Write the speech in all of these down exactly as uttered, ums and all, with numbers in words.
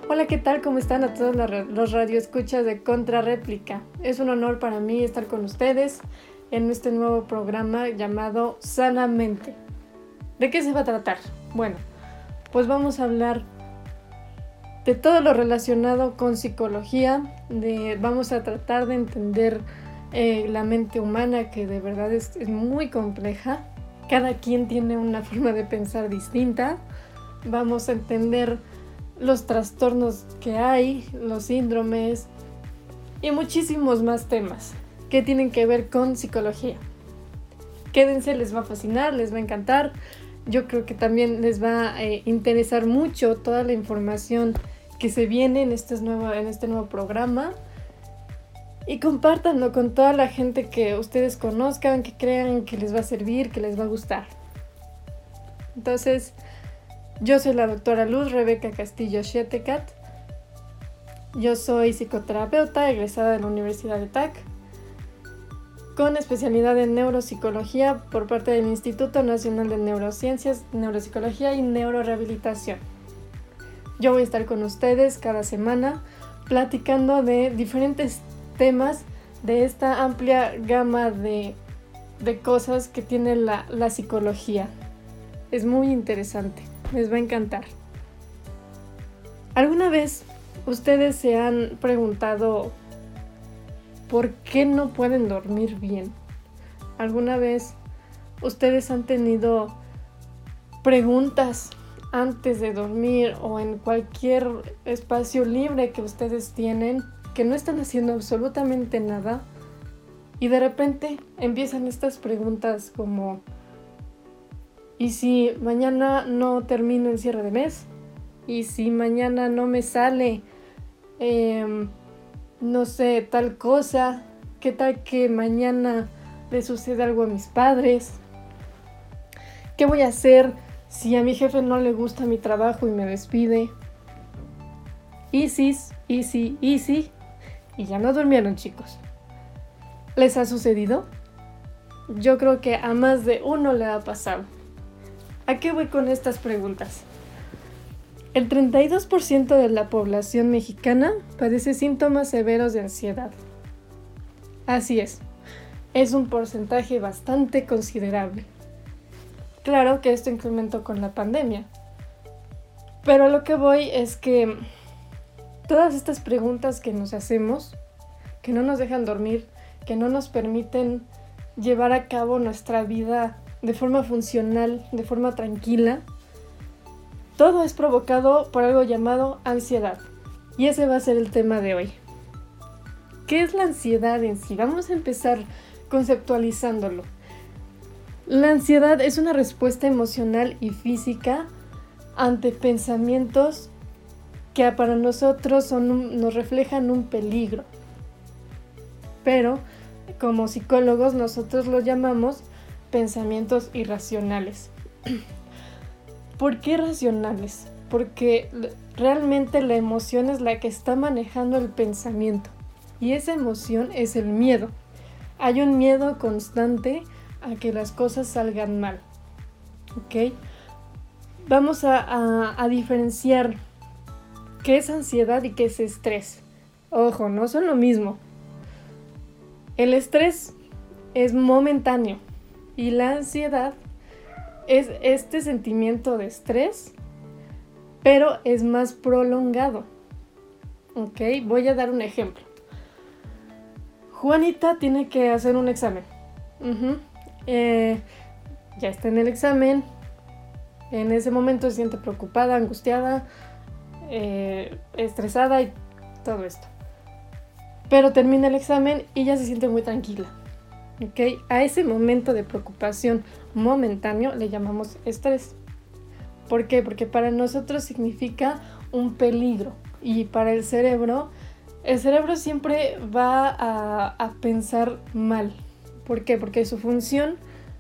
Hola, ¿qué tal? ¿Cómo están a todos los radioescuchas de Contrarréplica? Es un honor para mí estar con ustedes en este nuevo programa llamado Sanamente. ¿De qué se va a tratar? Bueno, pues vamos a hablar de todo lo relacionado con psicología, de, vamos a tratar de entender eh, la mente humana, que de verdad es, es muy compleja. Cada quien tiene una forma de pensar distinta. Vamos a entender los trastornos que hay, los síndromes y muchísimos más temas que tienen que ver con psicología. Quédense, les va a fascinar, les va a encantar. Yo creo que también les va a eh, interesar mucho toda la información que se viene en este nuevo, en este nuevo programa. Y compártanlo con toda la gente que ustedes conozcan, que crean que les va a servir, que les va a gustar. Entonces, yo soy la doctora Luz Rebeca Castillo Shetecat. Yo soy psicoterapeuta egresada de la Universidad de T A C, con especialidad en neuropsicología por parte del Instituto Nacional de Neurociencias, Neuropsicología y Neurorehabilitación. Yo voy a estar con ustedes cada semana platicando de diferentes temas de esta amplia gama de, de cosas que tiene la, la psicología. Es muy interesante. Les va a encantar. ¿Alguna vez ustedes se han preguntado por qué no pueden dormir bien? ¿Alguna vez ustedes han tenido preguntas antes de dormir o en cualquier espacio libre que ustedes tienen, que no están haciendo absolutamente nada y de repente empiezan estas preguntas como: ¿y si mañana no termino el cierre de mes? ¿Y si mañana no me sale, eh, no sé, tal cosa? ¿Qué tal que mañana le sucede algo a mis padres? ¿Qué voy a hacer si a mi jefe no le gusta mi trabajo y me despide? ¿Y si, y si, y si? Y ya no durmieron, chicos. ¿Les ha sucedido? Yo creo que a más de uno le ha pasado. ¿A qué voy con estas preguntas? El treinta y dos por ciento de la población mexicana padece síntomas severos de ansiedad. Así es, es un porcentaje bastante considerable. Claro que esto incrementó con la pandemia, pero a lo que voy es que todas estas preguntas que nos hacemos, que no nos dejan dormir, que no nos permiten llevar a cabo nuestra vida de forma funcional, de forma tranquila, todo es provocado por algo llamado ansiedad. Y ese va a ser el tema de hoy. ¿Qué es la ansiedad en sí? Vamos a empezar conceptualizándolo. La ansiedad es una respuesta emocional y física ante pensamientos que para nosotros son un, nos reflejan un peligro. Pero como psicólogos nosotros lo llamamos pensamientos irracionales. ¿Por qué irracionales? Porque realmente la emoción es la que está manejando el pensamiento y esa emoción es el miedo. Hay un miedo constante a que las cosas salgan mal. ¿Ok? Vamos a, a, a diferenciar qué es ansiedad y qué es estrés. Ojo, no son lo mismo. El estrés es momentáneo. Y la ansiedad es este sentimiento de estrés, pero es más prolongado. Ok, voy a dar un ejemplo. Juanita tiene que hacer un examen. Uh-huh. Eh, ya está en el examen. En ese momento se siente preocupada, angustiada, eh, estresada y todo esto. Pero termina el examen y ya se siente muy tranquila. Okay. A ese momento de preocupación momentáneo le llamamos estrés. ¿Por qué? Porque para nosotros significa un peligro y para el cerebro, el cerebro siempre va a, a pensar mal. ¿Por qué? Porque su función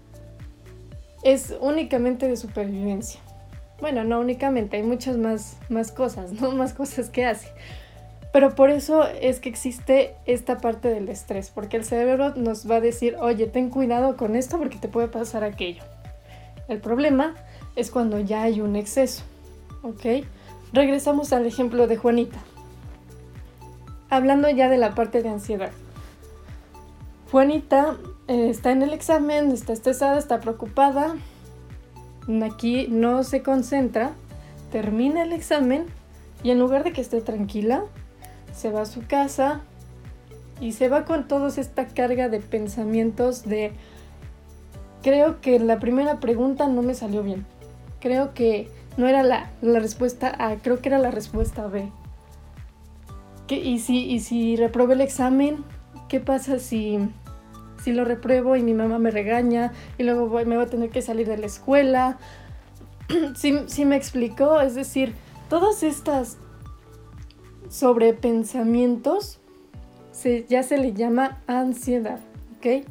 es únicamente de supervivencia. Bueno, no únicamente, hay muchas más, más cosas, ¿no? Más cosas que hace. Pero por eso es que existe esta parte del estrés, porque el cerebro nos va a decir, oye, ten cuidado con esto porque te puede pasar aquello. El problema es cuando ya hay un exceso, ¿ok? regresamos al ejemplo de Juanita. Hablando ya de la parte de ansiedad. Juanita eh, está en el examen, está estresada, está preocupada. Aquí no se concentra, termina el examen y en lugar de que esté tranquila, se va a su casa y se va con toda esta carga de pensamientos de creo que la primera pregunta no me salió bien. Creo que no era la, la respuesta A, creo que era la respuesta B. ¿Qué, y, si, y si reprobé el examen, ¿qué pasa si, si lo repruebo y mi mamá me regaña y luego voy, me voy a tener que salir de la escuela? ¿Sí, sí me explicó? Es decir, todas estas sobrepensamientos se, ya se le llama ansiedad, ¿ok?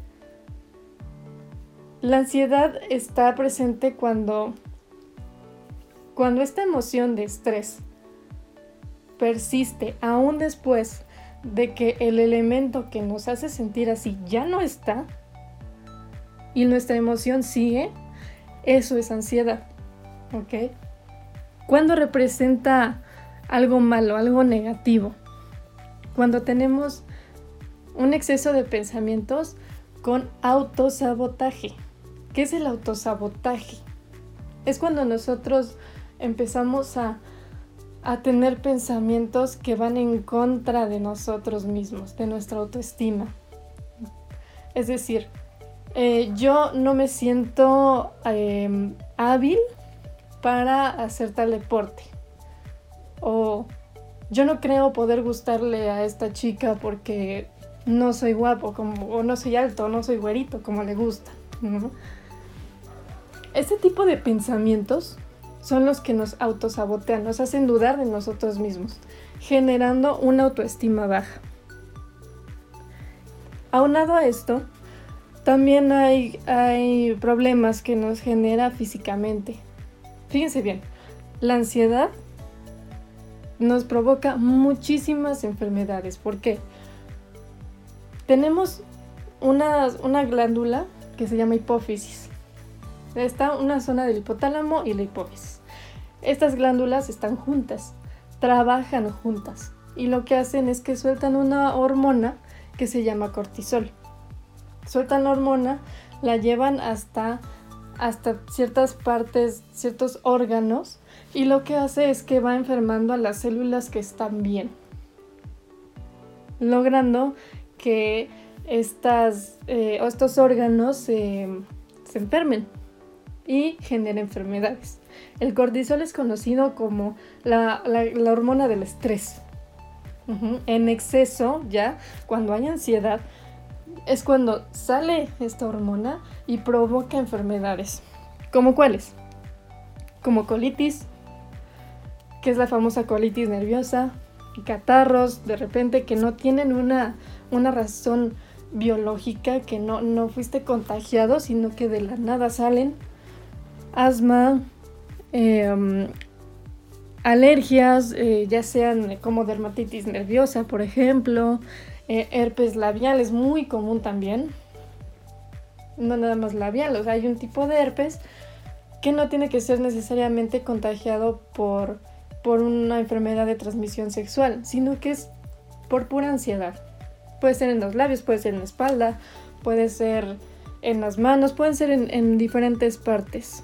La ansiedad está presente cuando, cuando esta emoción de estrés persiste aún después de que el elemento que nos hace sentir así ya no está y nuestra emoción sigue. Eso es ansiedad, ¿ok? Cuando representa algo malo, algo negativo, cuando tenemos un exceso de pensamientos con autosabotaje. ¿Qué es el autosabotaje? Es cuando nosotros empezamos a, a tener pensamientos que van en contra de nosotros mismos, de nuestra autoestima. Es decir, eh, yo no me siento eh, hábil para hacer tal deporte. O yo no creo poder gustarle a esta chica porque no soy guapo, como, o no soy alto, o no soy güerito, como le gusta, ¿no? Este tipo de pensamientos son los que nos autosabotean, nos hacen dudar de nosotros mismos, generando una autoestima baja. Aunado a esto, también hay, hay problemas que nos genera físicamente. Fíjense bien, la ansiedad nos provoca muchísimas enfermedades. ¿Por qué? Tenemos una, una glándula que se llama hipófisis. Está una zona del hipotálamo y la hipófisis. Estas glándulas están juntas, trabajan juntas y lo que hacen es que sueltan una hormona que se llama cortisol. Sueltan la hormona, la llevan hasta, hasta ciertas partes, ciertos órganos y lo que hace es que va enfermando a las células que están bien, logrando que estas, eh, estos órganos eh, se enfermen y generen enfermedades. El cortisol es conocido como la, la, la hormona del estrés. Uh-huh. En exceso, ya, cuando hay ansiedad, es cuando sale esta hormona y provoca enfermedades. ¿Cómo cuáles? Como colitis, que es la famosa colitis nerviosa, catarros, de repente que no tienen una, una razón biológica, que no, no fuiste contagiado, sino que de la nada salen, asma, eh, alergias, eh, ya sean como dermatitis nerviosa, por ejemplo, eh, herpes labial es muy común también, no nada más labial, o sea, hay un tipo de herpes que no tiene que ser necesariamente contagiado por, por una enfermedad de transmisión sexual, sino que es por pura ansiedad. Puede ser en los labios, puede ser en la espalda, puede ser en las manos, pueden ser en, en diferentes partes.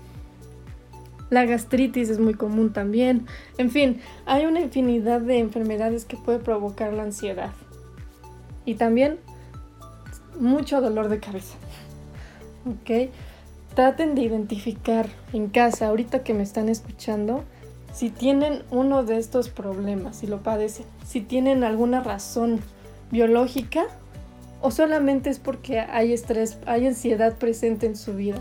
La gastritis es muy común también. En fin, hay una infinidad de enfermedades que puede provocar la ansiedad. Y también mucho dolor de cabeza. ¿Ok? Traten de identificar en casa, ahorita que me están escuchando, si tienen uno de estos problemas, si lo padecen, si tienen alguna razón biológica o solamente es porque hay estrés, hay ansiedad presente en su vida.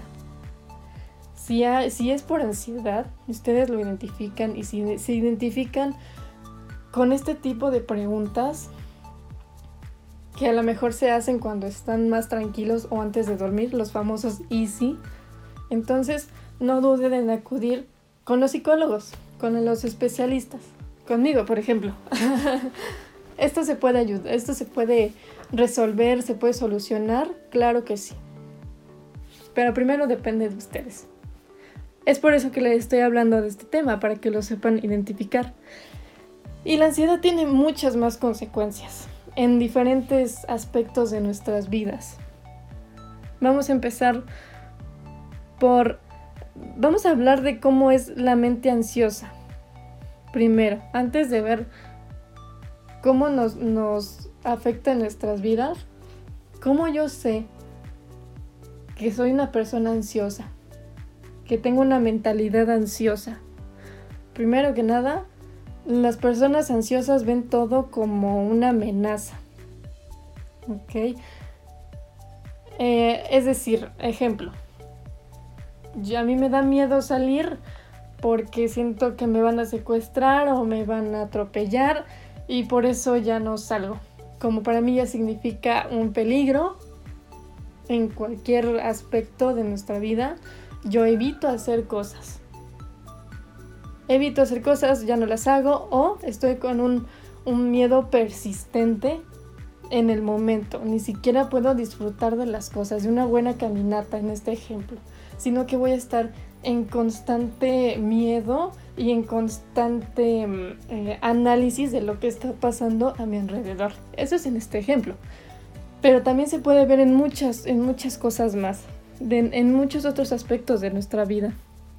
Si, hay, si es por ansiedad, ustedes lo identifican y si se identifican con este tipo de preguntas que a lo mejor se hacen cuando están más tranquilos o antes de dormir, los famosos easy, entonces no duden en acudir con los psicólogos, con los especialistas, conmigo, por ejemplo. Esto se puede ayudar, esto se puede resolver, se puede solucionar, claro que sí. Pero primero depende de ustedes. Es por eso que les estoy hablando de este tema, para que lo sepan identificar. Y la ansiedad tiene muchas más consecuencias en diferentes aspectos de nuestras vidas. Vamos a empezar por... Vamos a hablar de cómo es la mente ansiosa. Primero, antes de ver cómo nos, nos afecta en nuestras vidas, cómo yo sé que soy una persona ansiosa, que tengo una mentalidad ansiosa. Primero que nada, las personas ansiosas ven todo como una amenaza. ¿Ok? Eh, es decir, ejemplo, yo, a mí me da miedo salir porque siento que me van a secuestrar o me van a atropellar y por eso ya no salgo. Como para mí ya significa un peligro en cualquier aspecto de nuestra vida, yo evito hacer cosas. Evito hacer cosas, ya no las hago, o estoy con un, un miedo persistente en el momento. Ni siquiera puedo disfrutar de las cosas, de una buena caminata en este ejemplo, sino que voy a estar en constante miedo y en constante eh, análisis de lo que está pasando a mi alrededor. Eso es en este ejemplo. Pero también se puede ver en muchas, en muchas cosas más, de, en muchos otros aspectos de nuestra vida.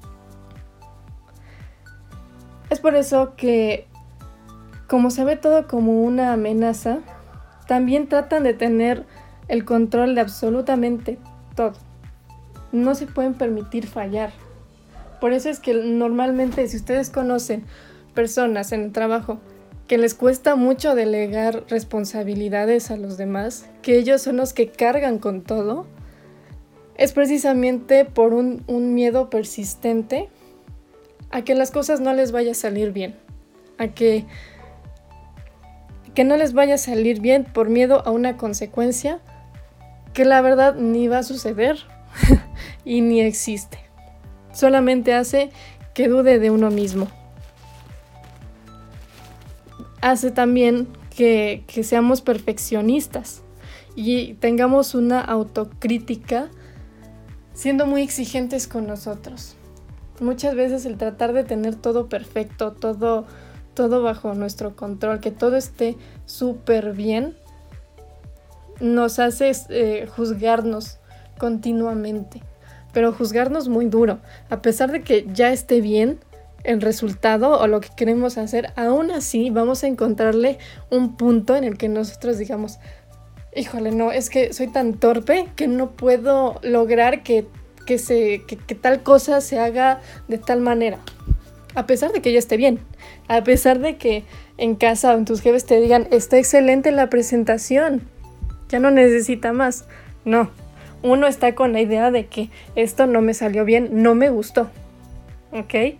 Es por eso que, como se ve todo como una amenaza, también tratan de tener el control de absolutamente todo. No se pueden permitir fallar. Por eso es que normalmente, si ustedes conocen personas en el trabajo que les cuesta mucho delegar responsabilidades a los demás, que ellos son los que cargan con todo, es precisamente por un, un miedo persistente a que las cosas no les vaya a salir bien, a que, que no les vaya a salir bien por miedo a una consecuencia que la verdad ni va a suceder y ni existe. Solamente hace que dude de uno mismo. Hace también que, que seamos perfeccionistas y tengamos una autocrítica siendo muy exigentes con nosotros. Muchas veces el tratar de tener todo perfecto, todo, todo bajo nuestro control, que todo esté súper bien, nos hace eh, juzgarnos continuamente, pero juzgarnos muy duro. A pesar de que ya esté bien el resultado o lo que queremos hacer, aún así vamos a encontrarle un punto en el que nosotros digamos, híjole, no, es que soy tan torpe que no puedo lograr que, que, se, que, que tal cosa se haga de tal manera. A pesar de que ya esté bien, a pesar de que en casa o en tus jefes te digan, está excelente la presentación, ya no necesita más. No, uno está con la idea de que esto no me salió bien, no me gustó, ¿ok?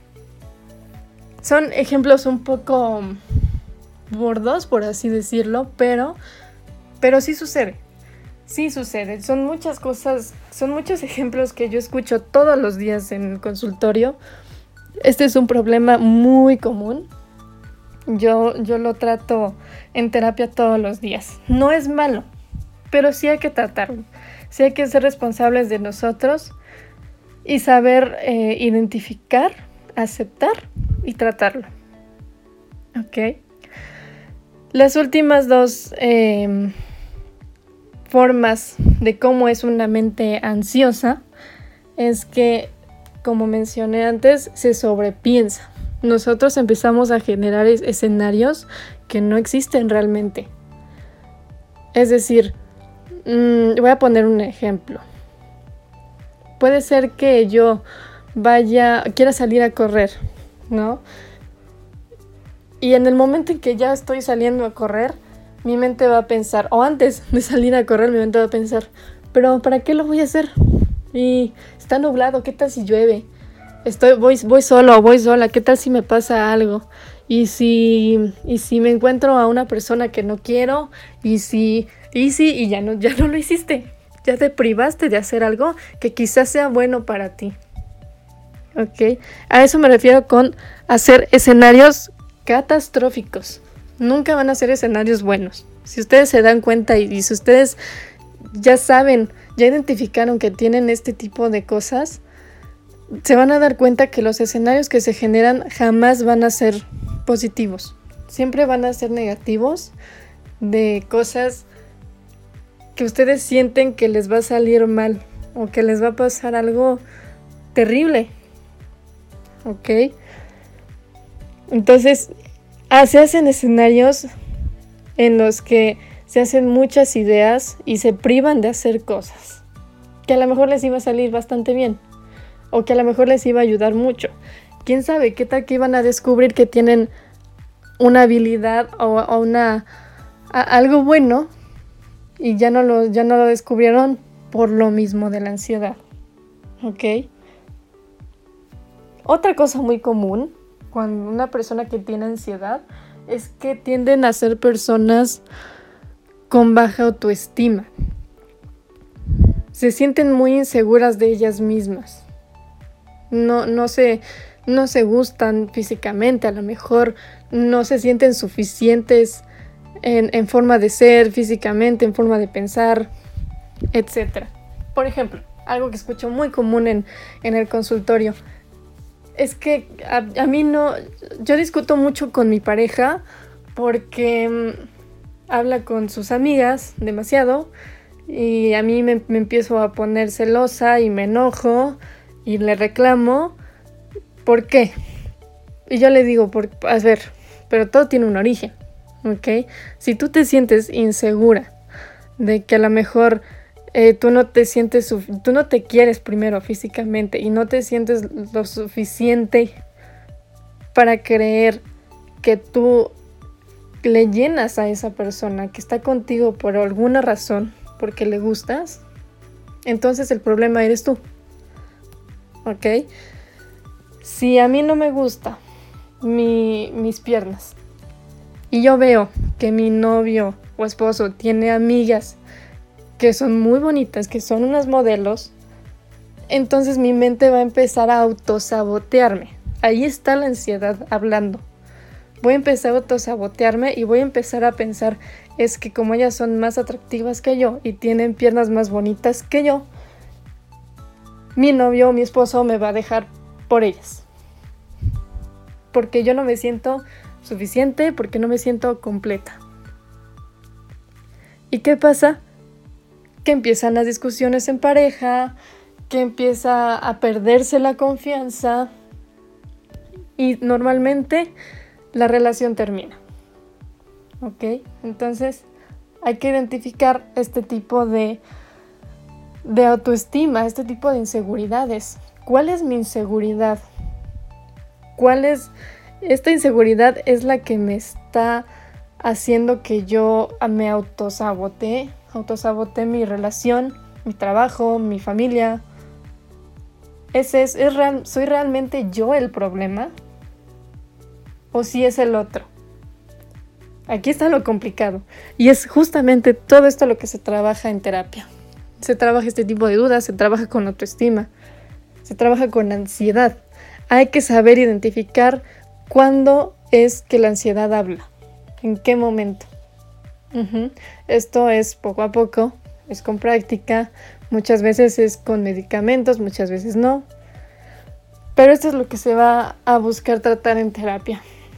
Son ejemplos un poco burdos, por así decirlo, pero, pero sí sucede, sí sucede. Son muchas cosas, son muchos ejemplos que yo escucho todos los días en el consultorio. Este es un problema muy común. Yo, yo lo trato en terapia todos los días. No es malo, pero sí hay que tratarlo. Sí hay que ser responsables de nosotros y saber eh, identificar, aceptar y tratarlo. ¿Ok? Las últimas dos eh, formas de cómo es una mente ansiosa es que, como mencioné antes, se sobrepiensa. Nosotros empezamos a generar es- escenarios que no existen realmente. Es decir, mmm, voy a poner un ejemplo. Puede ser que yo vaya, quiera salir a correr, ¿no? Y en el momento en que ya estoy saliendo a correr, mi mente va a pensar, o antes de salir a correr, mi mente va a pensar, pero ¿para qué lo voy a hacer? Y está nublado, ¿qué tal si llueve? Estoy, voy, voy solo, voy sola, ¿qué tal si me pasa algo? Y si, y si me encuentro a una persona que no quiero, y si, y si, y ya no, ya no lo hiciste. Ya te privaste de hacer algo que quizás sea bueno para ti. ¿Ok? A eso me refiero con hacer escenarios catastróficos. Nunca van a ser escenarios buenos. Si ustedes se dan cuenta y, y si ustedes ya saben, ya identificaron que tienen este tipo de cosas, se van a dar cuenta que los escenarios que se generan jamás van a ser positivos. Siempre van a ser negativos, de cosas que ustedes sienten que les va a salir mal o que les va a pasar algo terrible. ¿Ok? Entonces, ah, se hacen escenarios en los que se hacen muchas ideas y se privan de hacer cosas que a lo mejor les iba a salir bastante bien o que a lo mejor les iba a ayudar mucho. ¿Quién sabe qué tal que iban a descubrir que tienen una habilidad o, o una a, algo bueno y ya no lo ya no lo descubrieron por lo mismo de la ansiedad? ¿Ok? Otra cosa muy común cuando una persona que tiene ansiedad es que tienden a ser personas con baja autoestima. Se sienten muy inseguras de ellas mismas. No, no se, no se gustan físicamente, a lo mejor no se sienten suficientes en, en forma de ser físicamente, en forma de pensar, etcétera. Por ejemplo, algo que escucho muy común en, en el consultorio es que a, a mí no, yo discuto mucho con mi pareja porque mmm, habla con sus amigas demasiado y a mí me, me empiezo a poner celosa y me enojo y le reclamo. ¿Por qué? Y yo le digo, por, a ver, pero todo tiene un origen, ¿ok? Si tú te sientes insegura de que a lo mejor Eh, tú no te sientes, tú no te quieres primero físicamente y no te sientes lo suficiente para creer que tú le llenas a esa persona que está contigo por alguna razón, porque le gustas, entonces el problema eres tú, ¿ok? Si a mí no me gusta mi, mis piernas y yo veo que mi novio o esposo tiene amigas que son muy bonitas, que son unas modelos, entonces mi mente va a empezar a autosabotearme. Ahí está la ansiedad hablando. Voy a empezar a autosabotearme y voy a empezar a pensar, es que como ellas son más atractivas que yo y tienen piernas más bonitas que yo, mi novio o mi esposo me va a dejar por ellas. Porque yo no me siento suficiente, porque no me siento completa. ¿Y qué pasa? Que empiezan las discusiones en pareja, que empieza a perderse la confianza y normalmente la relación termina. ¿Ok? Entonces hay que identificar este tipo de, de autoestima, este tipo de inseguridades. ¿Cuál es mi inseguridad? ¿Cuál es? Esta inseguridad es la que me está haciendo que yo me autosabotee. Autosaboté mi relación, mi trabajo, mi familia. ¿Ese es, es real, ¿Soy realmente yo el problema? ¿O si es el otro? Aquí está lo complicado. Y es justamente todo esto lo que se trabaja en terapia. Se trabaja este tipo de dudas, se trabaja con autoestima, se trabaja con ansiedad. Hay que saber identificar cuándo es que la ansiedad habla, en qué momento. Uh-huh. Esto es poco a poco, es con práctica, muchas veces es con medicamentos, muchas veces no. Pero esto es lo que se va a buscar tratar en terapia.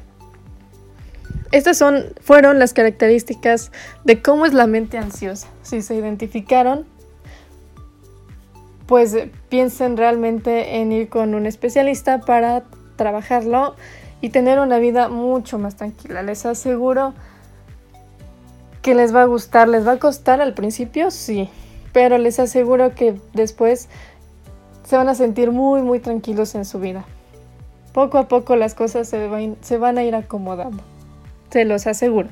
Estas son, fueron las características de cómo es la mente ansiosa. Si se identificaron, pues piensen realmente en ir con un especialista para trabajarlo y tener una vida mucho más tranquila. Les aseguro que les va a gustar, les va a costar al principio, sí, pero les aseguro que después se van a sentir muy, muy tranquilos en su vida. Poco a poco las cosas se van, se van a ir acomodando, se los aseguro.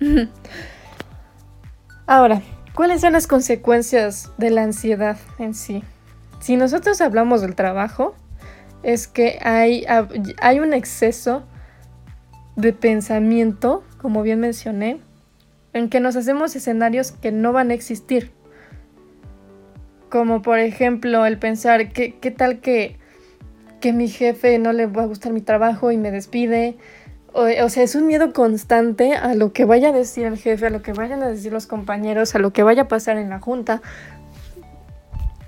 Ahora, ¿cuáles son las consecuencias de la ansiedad en sí? Si nosotros hablamos del trabajo, es que hay, hay un exceso de pensamiento, como bien mencioné, en que nos hacemos escenarios que no van a existir. Como por ejemplo el pensar, ¿qué, qué tal que, que mi jefe no le va a gustar mi trabajo y me despide? O, o sea, es un miedo constante a lo que vaya a decir el jefe, a lo que vayan a decir los compañeros, a lo que vaya a pasar en la junta.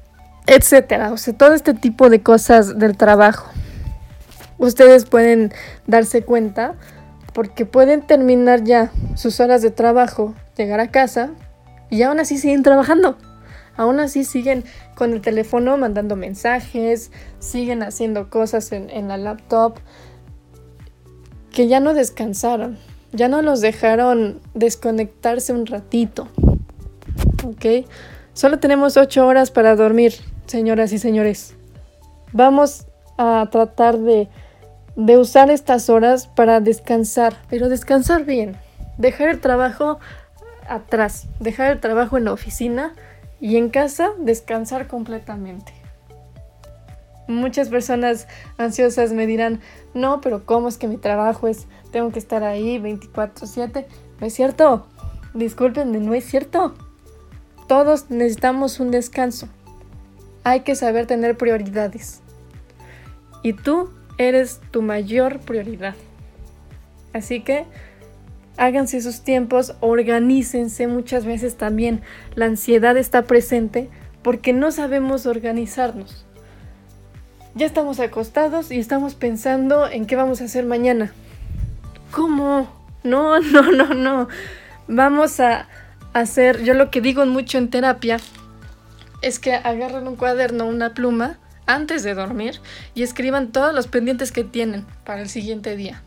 etcétera. O sea, todo este tipo de cosas del trabajo. Ustedes pueden darse cuenta porque pueden terminar ya sus horas de trabajo, llegar a casa y aún así siguen trabajando. Aún así siguen con el teléfono mandando mensajes, siguen haciendo cosas en, en la laptop que ya no descansaron, ya no los dejaron desconectarse un ratito, ¿ok? Solo tenemos ocho horas para dormir, señoras y señores. Vamos a tratar de, de usar estas horas para descansar, pero descansar bien, dejar el trabajo atrás, dejar el trabajo en la oficina y en casa descansar completamente. Muchas personas ansiosas me dirán, no, pero ¿cómo es que mi trabajo es, tengo que estar ahí veinticuatro siete? No es cierto, discúlpenme, no es cierto. Todos necesitamos un descanso. Hay que saber tener prioridades. Y tú eres tu mayor prioridad. Así que háganse sus tiempos, organícense. Muchas veces también la ansiedad está presente porque no sabemos organizarnos. Ya estamos acostados y estamos pensando en qué vamos a hacer mañana. ¿Cómo? No, no, no, no. Vamos a hacer, yo lo que digo mucho en terapia es que agarren un cuaderno, una pluma antes de dormir y escriban todos los pendientes que tienen para el siguiente día.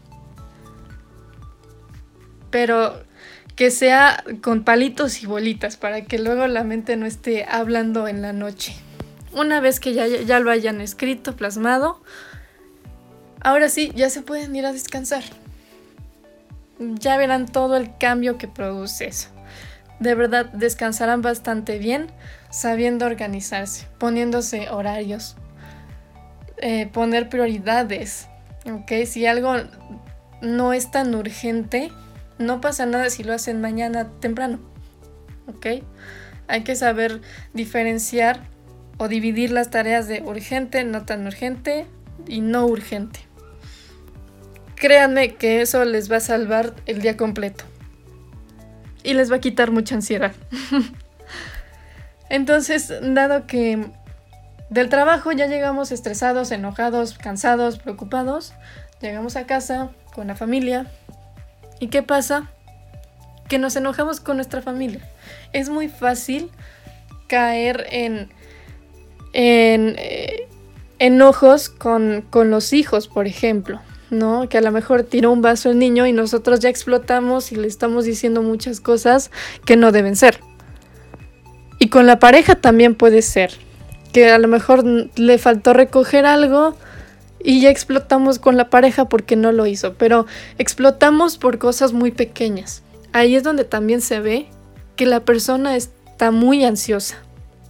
Pero que sea con palitos y bolitas para que luego la mente no esté hablando en la noche. Una vez que ya, ya lo hayan escrito, plasmado, ahora sí, ya se pueden ir a descansar. Ya verán todo el cambio que produce eso. De verdad, descansarán bastante bien, sabiendo organizarse, poniéndose horarios, eh, poner prioridades, ¿ok? Si algo no es tan urgente, no pasa nada si lo hacen mañana temprano, ¿ok? Hay que saber diferenciar o dividir las tareas de urgente, no tan urgente y no urgente. Créanme que eso les va a salvar el día completo y les va a quitar mucha ansiedad. Entonces, dado que del trabajo ya llegamos estresados, enojados, cansados, preocupados, llegamos a casa con la familia. ¿Y qué pasa? Que nos enojamos con nuestra familia. Es muy fácil caer en, en eh, enojos con, con los hijos, por ejemplo, ¿no? Que a lo mejor tiró un vaso el niño y nosotros ya explotamos y le estamos diciendo muchas cosas que no deben ser. Y con la pareja también puede ser, que a lo mejor le faltó recoger algo y ya explotamos con la pareja porque no lo hizo, pero explotamos por cosas muy pequeñas. Ahí es donde también se ve que la persona está muy ansiosa.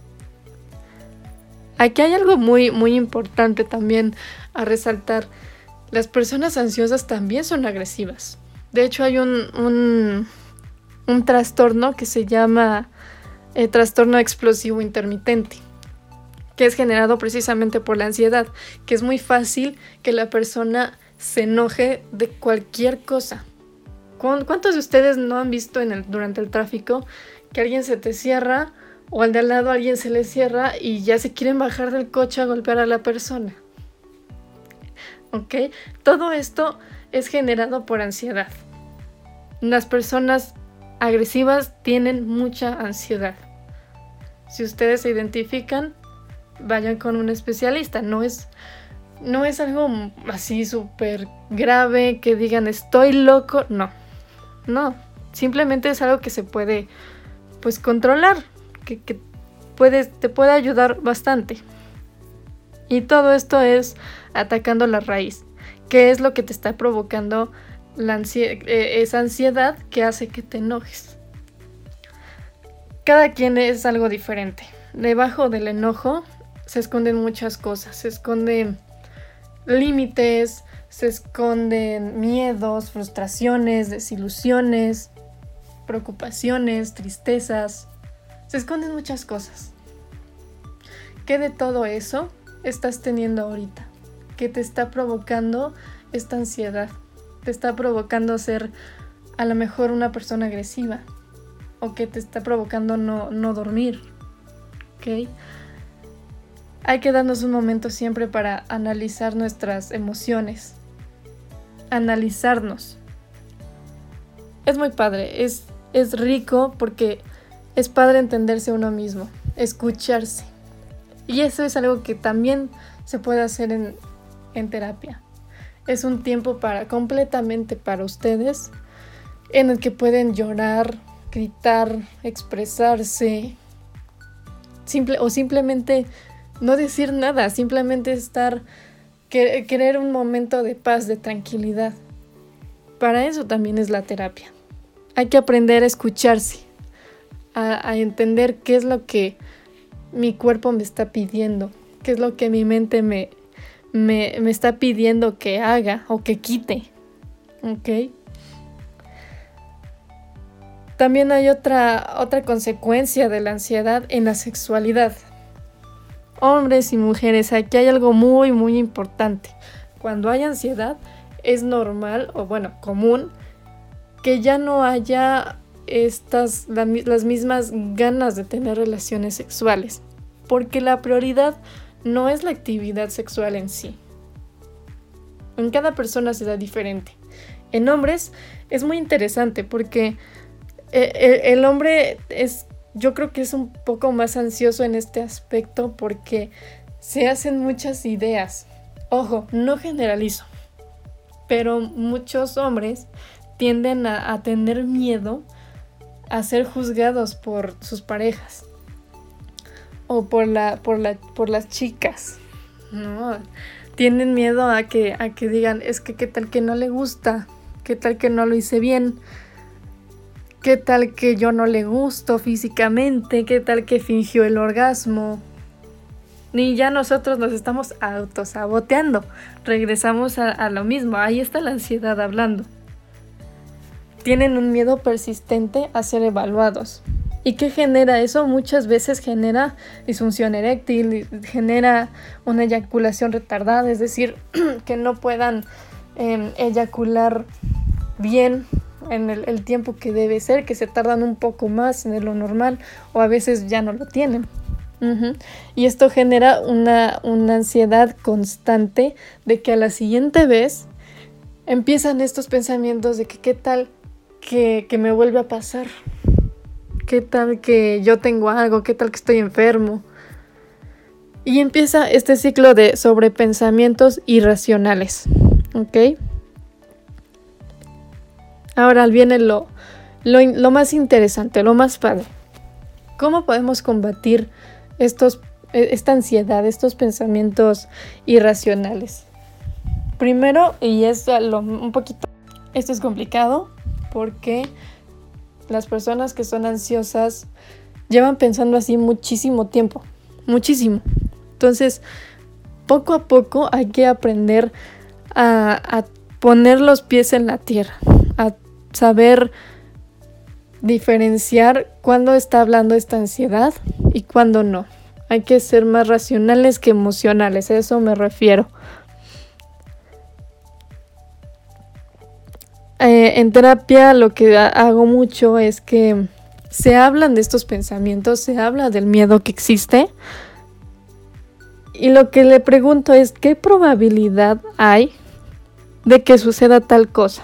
Aquí hay algo muy, muy importante también a resaltar. Las personas ansiosas también son agresivas. De hecho, hay un, un, un trastorno que se llama eh, trastorno explosivo intermitente, que es generado precisamente por la ansiedad, que es muy fácil que la persona se enoje de cualquier cosa. ¿Cuántos de ustedes no han visto en el, durante el tráfico que alguien se te cierra o al de al lado alguien se le cierra y ya se quieren bajar del coche a golpear a la persona? ¿Ok? Todo esto es generado por ansiedad. Las personas agresivas tienen mucha ansiedad. Si ustedes se identifican, vayan con un especialista. No es, no es algo así súper grave que digan estoy loco. No, no. Simplemente es algo que se puede pues controlar, que, que puede, te puede ayudar bastante. Y todo esto es atacando la raíz, que es lo que te está provocando la ansie- eh, esa ansiedad que hace que te enojes. Cada quien es algo diferente. Debajo del enojo se esconden muchas cosas. Se esconden límites, se esconden miedos, frustraciones, desilusiones, preocupaciones, tristezas. Se esconden muchas cosas. ¿Qué de todo eso estás teniendo ahorita? ¿Qué te está provocando esta ansiedad? Te está provocando ser a lo mejor una persona agresiva. O que te está provocando no, no dormir. ¿Ok? hay que darnos un momento siempre para analizar nuestras emociones, analizarnos. Es muy padre, es, es rico porque es padre entenderse a uno mismo, escucharse. Y eso es algo que también se puede hacer en, en terapia. Es un tiempo para completamente para ustedes, en el que pueden llorar, gritar, expresarse, simple, o simplemente no decir nada, simplemente estar, que, querer un momento de paz, de tranquilidad. Para eso también es la terapia. Hay que aprender a escucharse, a, a entender qué es lo que mi cuerpo me está pidiendo, qué es lo que mi mente me, me, me está pidiendo que haga o que quite. ¿Ok? También hay otra, otra consecuencia de la ansiedad en la sexualidad. Hombres y mujeres, aquí hay algo muy, muy importante. Cuando hay ansiedad, es normal, o bueno, común, que ya no haya estas, la, las mismas ganas de tener relaciones sexuales. Porque la prioridad no es la actividad sexual en sí. En cada persona se da diferente. En hombres es muy interesante porque el, el hombre es, yo creo que es un poco más ansioso en este aspecto porque se hacen muchas ideas. Ojo, no generalizo, pero muchos hombres tienden a, a tener miedo a ser juzgados por sus parejas o por la, por la, por las chicas, ¿no? Tienen miedo a que, a que digan, es que qué tal que no le gusta, qué tal que no lo hice bien, qué tal que yo no le gusto físicamente, qué tal que fingió el orgasmo. Ni ya nosotros nos estamos autosaboteando. Regresamos a, a lo mismo, ahí está la ansiedad hablando. Tienen un miedo persistente a ser evaluados. ¿Y qué genera eso? Muchas veces genera disfunción eréctil, genera una eyaculación retardada, es decir, que no puedan eh, eyacular bien en el, el tiempo que debe ser, que se tardan un poco más en lo normal o a veces ya no lo tienen. Uh-huh. Y esto genera una, una ansiedad constante de que a la siguiente vez empiezan estos pensamientos de que qué tal que, que me vuelve a pasar. ¿Qué tal que yo tengo algo? ¿Qué tal que estoy enfermo? Y empieza este ciclo de sobrepensamientos irracionales. ¿Ok? Ahora viene lo, lo, lo más interesante, lo más padre. ¿Cómo podemos combatir estos, esta ansiedad, estos pensamientos irracionales? Primero, y es lo, un poquito, esto es complicado porque las personas que son ansiosas llevan pensando así muchísimo tiempo, muchísimo. Entonces, poco a poco hay que aprender a, a poner los pies en la tierra, a saber diferenciar cuándo está hablando esta ansiedad y cuándo no. Hay que ser más racionales que emocionales, a eso me refiero. Eh, en terapia lo que hago mucho es que se hablan de estos pensamientos, se habla del miedo que existe y lo que le pregunto es ¿qué probabilidad hay de que suceda tal cosa?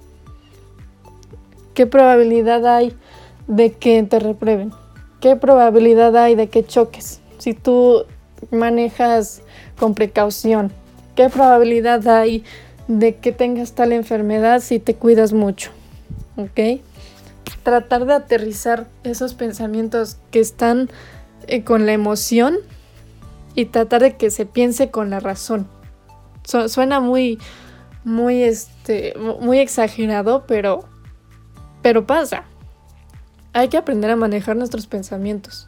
¿Qué probabilidad hay de que te reprueben? ¿Qué probabilidad hay de que choques si tú manejas con precaución? ¿Qué probabilidad hay de que tengas tal enfermedad si te cuidas mucho? ¿Ok? Tratar de aterrizar esos pensamientos que están eh, con la emoción y tratar de que se piense con la razón. Su- suena muy, muy, este, muy exagerado, pero, pero pasa. Hay que aprender a manejar nuestros pensamientos.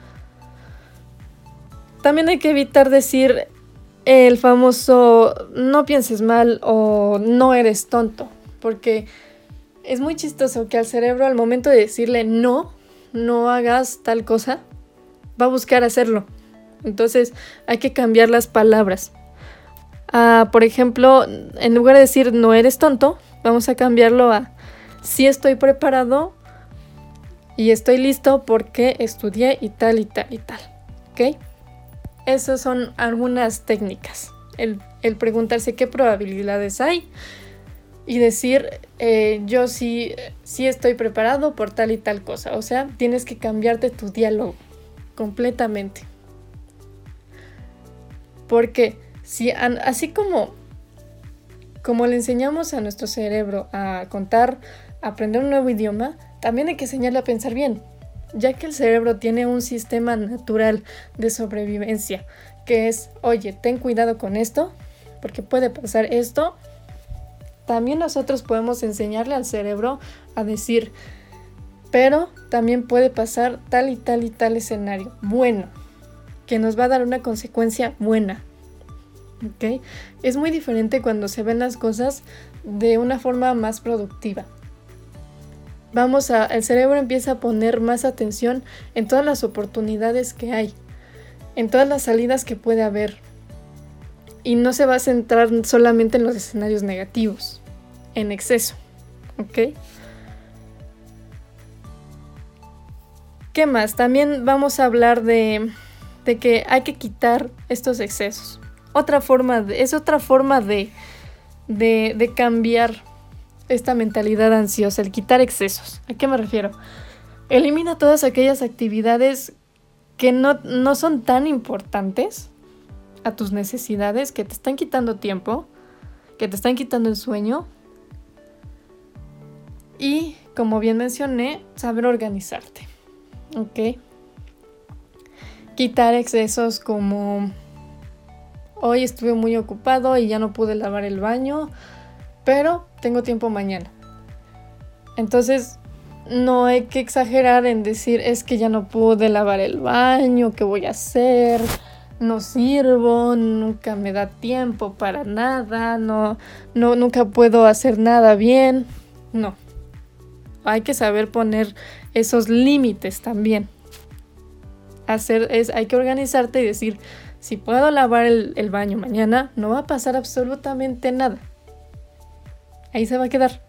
También hay que evitar decir el famoso no pienses mal o no eres tonto, porque es muy chistoso que al cerebro al momento de decirle no, no hagas tal cosa, va a buscar hacerlo. Entonces hay que cambiar las palabras. Uh, por ejemplo, en lugar de decir no eres tonto, vamos a cambiarlo a sí estoy preparado y estoy listo porque estudié y tal y tal y tal. ¿Ok? esas son algunas técnicas. El, el preguntarse qué probabilidades hay y decir, eh, yo sí, sí estoy preparado por tal y tal cosa. O sea, tienes que cambiarte tu diálogo completamente. Porque si, así como, como le enseñamos a nuestro cerebro a contar, a aprender un nuevo idioma, también hay que enseñarle a pensar bien, ya que el cerebro tiene un sistema natural de sobrevivencia, que es, oye, ten cuidado con esto, porque puede pasar esto. También nosotros podemos enseñarle al cerebro a decir, pero también puede pasar tal y tal y tal escenario bueno, que nos va a dar una consecuencia buena. ¿Okay? Es muy diferente cuando se ven las cosas de una forma más productiva. Vamos a, el cerebro empieza a poner más atención en todas las oportunidades que hay, en todas las salidas que puede haber, y no se va a centrar solamente en los escenarios negativos, en exceso, ¿ok? ¿Qué más? También vamos a hablar de, de que hay que quitar estos excesos. Otra forma de, es otra forma de, de, de cambiar esta mentalidad ansiosa, el quitar excesos. ¿A qué me refiero? Elimina todas aquellas actividades que no, no son tan importantes a tus necesidades, que te están quitando tiempo, que te están quitando el sueño. Y, como bien mencioné, saber organizarte. ¿Ok? Quitar excesos como hoy estuve muy ocupado y ya no pude lavar el baño, pero tengo tiempo mañana. Entonces, no hay que exagerar en decir, es que ya no pude lavar el baño, ¿qué voy a hacer? No sirvo, nunca me da tiempo para nada, no, no, nunca puedo hacer nada bien. No. Hay que saber poner esos límites también. Hacer es, hay que organizarte y decir, si puedo lavar el, el baño mañana, no va a pasar absolutamente nada. Ahí se va a quedar.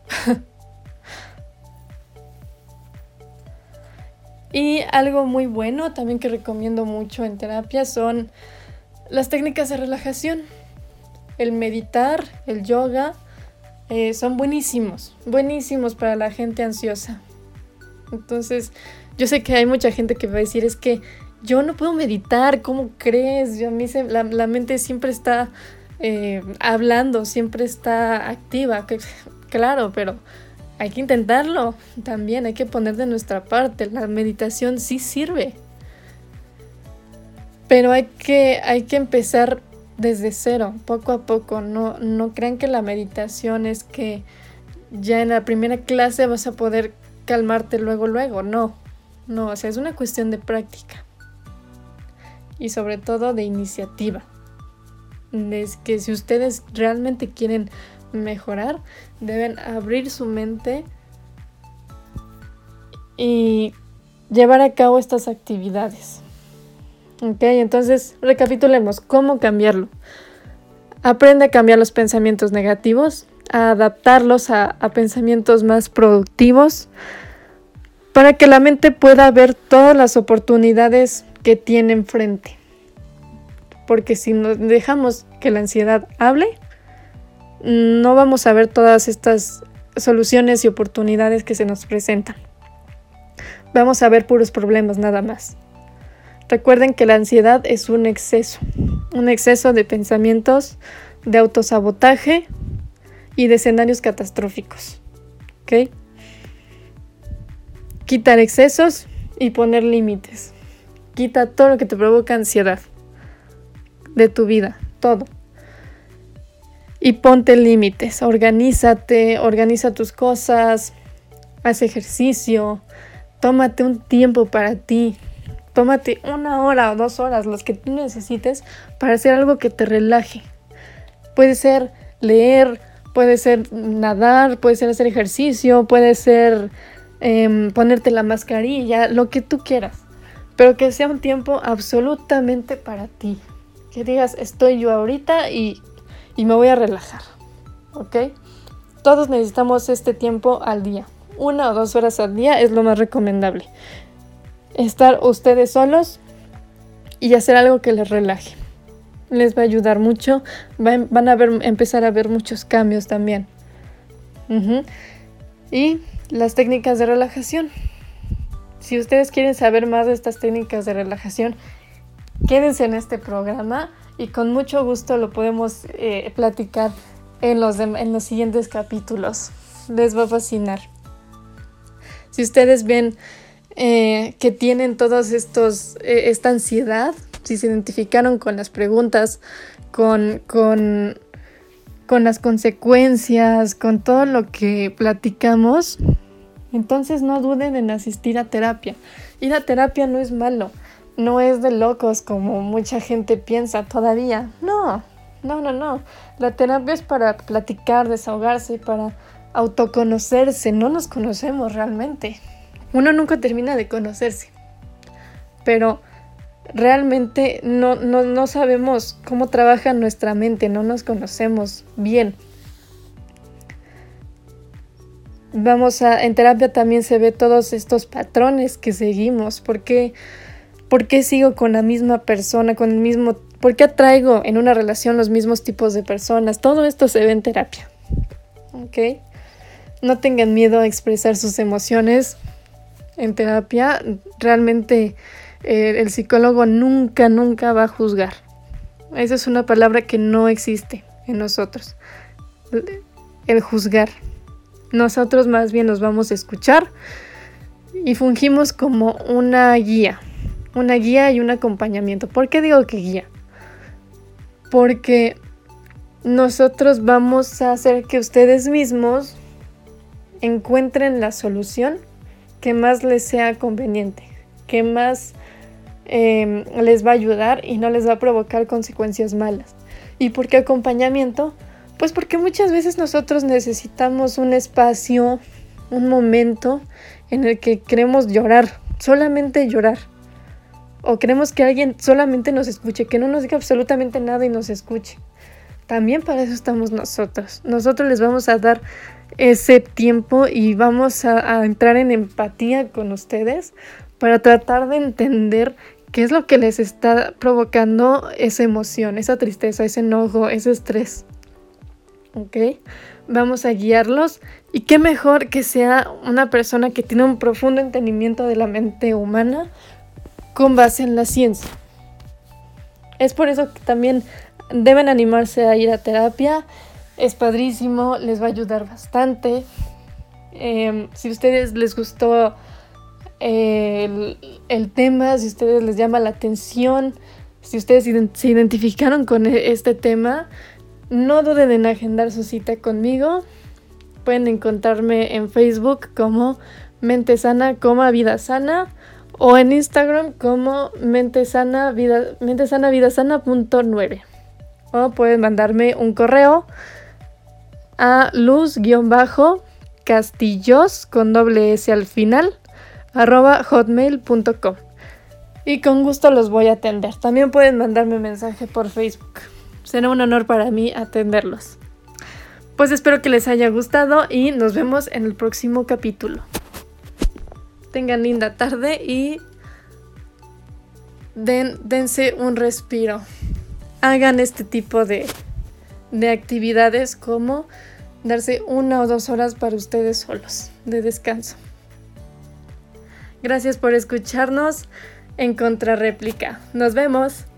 Y algo muy bueno también que recomiendo mucho en terapia son las técnicas de relajación. El meditar, el yoga, eh, son buenísimos, buenísimos para la gente ansiosa. Entonces, yo sé que hay mucha gente que va a decir, es que yo no puedo meditar, ¿cómo crees? Yo, a mí se, la, la mente siempre está eh, hablando, siempre está activa. Que, claro, pero hay que intentarlo también, hay que poner de nuestra parte. La meditación sí sirve, pero hay que, hay que empezar desde cero, poco a poco. No, no crean que la meditación es que ya en la primera clase vas a poder calmarte luego, luego. No, no, o sea, es una cuestión de práctica y sobre todo de iniciativa. Es que si ustedes realmente quieren mejorar, deben abrir su mente y llevar a cabo estas actividades. Ok, entonces recapitulemos cómo cambiarlo. Aprende a cambiar los pensamientos negativos, a adaptarlos a, a pensamientos más productivos, para que la mente pueda ver todas las oportunidades que tiene enfrente. Porque si nos dejamos que la ansiedad hable, no vamos a ver todas estas soluciones y oportunidades que se nos presentan. Vamos a ver puros problemas nada más. Recuerden que la ansiedad es un exceso, un exceso de pensamientos, de autosabotaje y de escenarios catastróficos. ¿Ok? Quitar excesos y poner límites. Quita todo lo que te provoca ansiedad de tu vida, todo. Y ponte límites, organízate, organiza tus cosas, haz ejercicio, tómate un tiempo para ti, tómate una hora o dos horas, los que tú necesites, para hacer algo que te relaje. Puede ser leer, puede ser nadar, puede ser hacer ejercicio, puede ser eh, ponerte la mascarilla, lo que tú quieras, pero que sea un tiempo absolutamente para ti. Que digas, estoy yo ahorita y, y me voy a relajar, ¿ok? Todos necesitamos este tiempo al día. Una o dos horas al día es lo más recomendable. Estar ustedes solos y hacer algo que les relaje. Les va a ayudar mucho, van, van a ver, empezar a ver muchos cambios también. Uh-huh. Y las técnicas de relajación. Si ustedes quieren saber más de estas técnicas de relajación, quédense en este programa y con mucho gusto lo podemos eh, platicar en los, de, en los siguientes capítulos. Les va a fascinar. Si ustedes ven eh, que tienen todos estos, eh, esta ansiedad, si se identificaron con las preguntas, con, con, con las consecuencias, con todo lo que platicamos, entonces no duden en asistir a terapia. Ir a terapia no es malo, no es de locos como mucha gente piensa todavía. No, no, no, no. La terapia es para platicar, desahogarse, para autoconocerse. No nos conocemos realmente. Uno nunca termina de conocerse, pero realmente no, no, no sabemos cómo trabaja nuestra mente, no nos conocemos bien. Vamos a, en terapia también se ve todos estos patrones que seguimos. ¿Por qué, por qué sigo con la misma persona, con el mismo, por qué atraigo en una relación los mismos tipos de personas? Todo esto se ve en terapia. ¿Ok? No tengan miedo a expresar sus emociones en terapia. Realmente eh, el psicólogo nunca, nunca va a juzgar. Esa es una palabra que no existe en nosotros. El juzgar. Nosotros más bien nos vamos a escuchar y fungimos como una guía. Una guía y un acompañamiento. ¿Por qué digo que guía? Porque nosotros vamos a hacer que ustedes mismos encuentren la solución que más les sea conveniente, que más eh, les va a ayudar y no les va a provocar consecuencias malas. ¿Y por qué acompañamiento? Pues porque muchas veces nosotros necesitamos un espacio, un momento en el que queremos llorar, solamente llorar. O queremos que alguien solamente nos escuche, que no nos diga absolutamente nada y nos escuche. También para eso estamos nosotros. Nosotros les vamos a dar ese tiempo y vamos a, a entrar en empatía con ustedes para tratar de entender qué es lo que les está provocando esa emoción, esa tristeza, ese enojo, ese estrés. ¿Ok? Vamos a guiarlos y qué mejor que sea una persona que tiene un profundo entendimiento de la mente humana con base en la ciencia. Es por eso que también deben animarse a ir a terapia. Es padrísimo, les va a ayudar bastante. Eh, si a ustedes les gustó eh, el, el tema, si a ustedes les llama la atención, si ustedes ident- se identificaron con este tema, no duden en agendar su cita conmigo. Pueden encontrarme en Facebook como Mente Sana, Vida Sana, o en Instagram como Mente Sana Vida, Mente Sana Vida Sana punto nueve. O pueden mandarme un correo a luz-castillos con doble S al final arroba hotmail punto com y con gusto los voy a atender. También pueden mandarme mensaje por Facebook. Será un honor para mí atenderlos. Pues espero que les haya gustado y nos vemos en el próximo capítulo. Tengan linda tarde y den, dense un respiro. Hagan este tipo de, de actividades como darse una o dos horas para ustedes solos de descanso. Gracias por escucharnos en Contrarréplica. Nos vemos.